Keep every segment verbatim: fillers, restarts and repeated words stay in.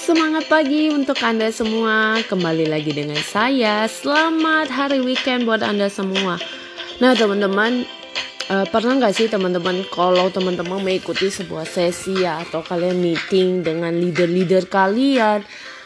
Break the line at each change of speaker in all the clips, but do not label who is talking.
Semangat pagi untuk Anda semua. Kembali lagi dengan saya. Selamat hari weekend buat Anda semua. Nah teman-teman, uh, pernah gak sih teman-teman kalau teman-teman mengikuti sebuah sesi ya, atau kalian meeting dengan leader-leader kalian,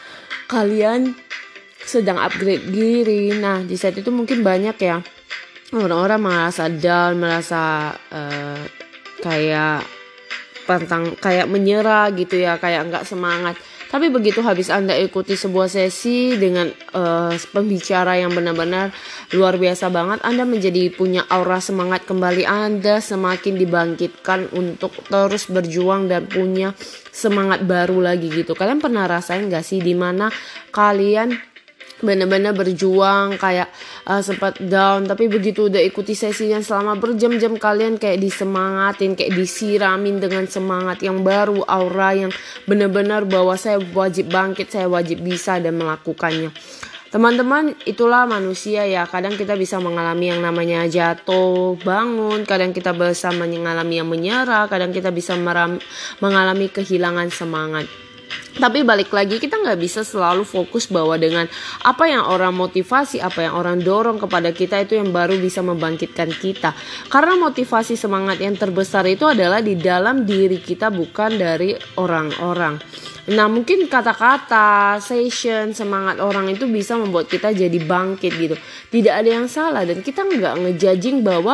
kalian sedang upgrade diri. Nah di saat itu mungkin banyak ya orang-orang merasa down, merasa uh, kayak pantang, kayak menyerah gitu ya, kayak nggak semangat. Tapi begitu habis Anda ikuti sebuah sesi dengan uh, pembicara yang benar-benar luar biasa banget, Anda menjadi punya aura semangat kembali. Anda semakin dibangkitkan untuk terus berjuang dan punya semangat baru lagi gitu. Kalian pernah rasain gak sih dimana kalian benar-benar berjuang kayak uh, sempat down, tapi begitu udah ikuti sesinya selama berjam-jam, kalian kayak disemangatin, kayak disiramin dengan semangat yang baru, aura yang benar-benar bahwa saya wajib bangkit, saya wajib bisa dan melakukannya. Teman-teman, itulah manusia ya. Kadang kita bisa mengalami yang namanya jatuh bangun, kadang kita bisa mengalami yang menyerah, kadang kita bisa meram- mengalami kehilangan semangat. Tapi balik lagi, kita gak bisa selalu fokus bahwa dengan apa yang orang motivasi, apa yang orang dorong kepada kita, itu yang baru bisa membangkitkan kita. Karena motivasi semangat yang terbesar itu adalah di dalam diri kita, bukan dari orang-orang. Nah mungkin kata-kata, session, semangat orang itu bisa membuat kita jadi bangkit gitu. Tidak ada yang salah dan kita gak ngejudging bahwa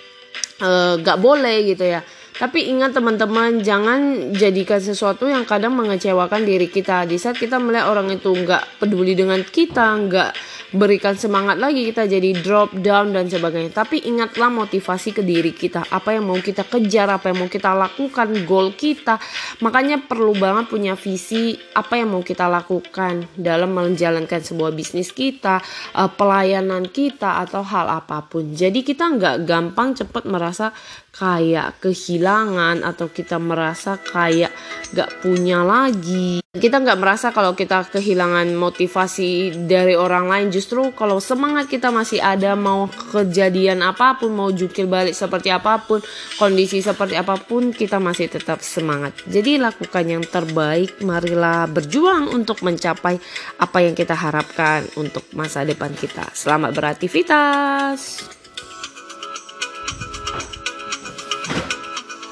uh, gak boleh gitu ya. Tapi ingat teman-teman, jangan jadikan sesuatu yang kadang mengecewakan diri kita. Di saat kita melihat orang itu nggak peduli dengan kita, nggak berikan semangat lagi, kita jadi drop down dan sebagainya. Tapi ingatlah motivasi ke diri kita. Apa yang mau kita kejar, apa yang mau kita lakukan, goal kita. Makanya perlu banget punya visi apa yang mau kita lakukan dalam menjalankan sebuah bisnis kita, pelayanan kita, atau hal apapun. Jadi kita nggak gampang cepat merasa kayak kehilangan atau kita merasa kayak gak punya lagi. Kita gak merasa kalau kita kehilangan motivasi dari orang lain. Justru kalau semangat kita masih ada, mau kejadian apapun, mau jungkir balik seperti apapun, kondisi seperti apapun, kita masih tetap semangat. Jadi lakukan yang terbaik. Marilah berjuang untuk mencapai apa yang kita harapkan untuk masa depan kita. Selamat beraktivitas.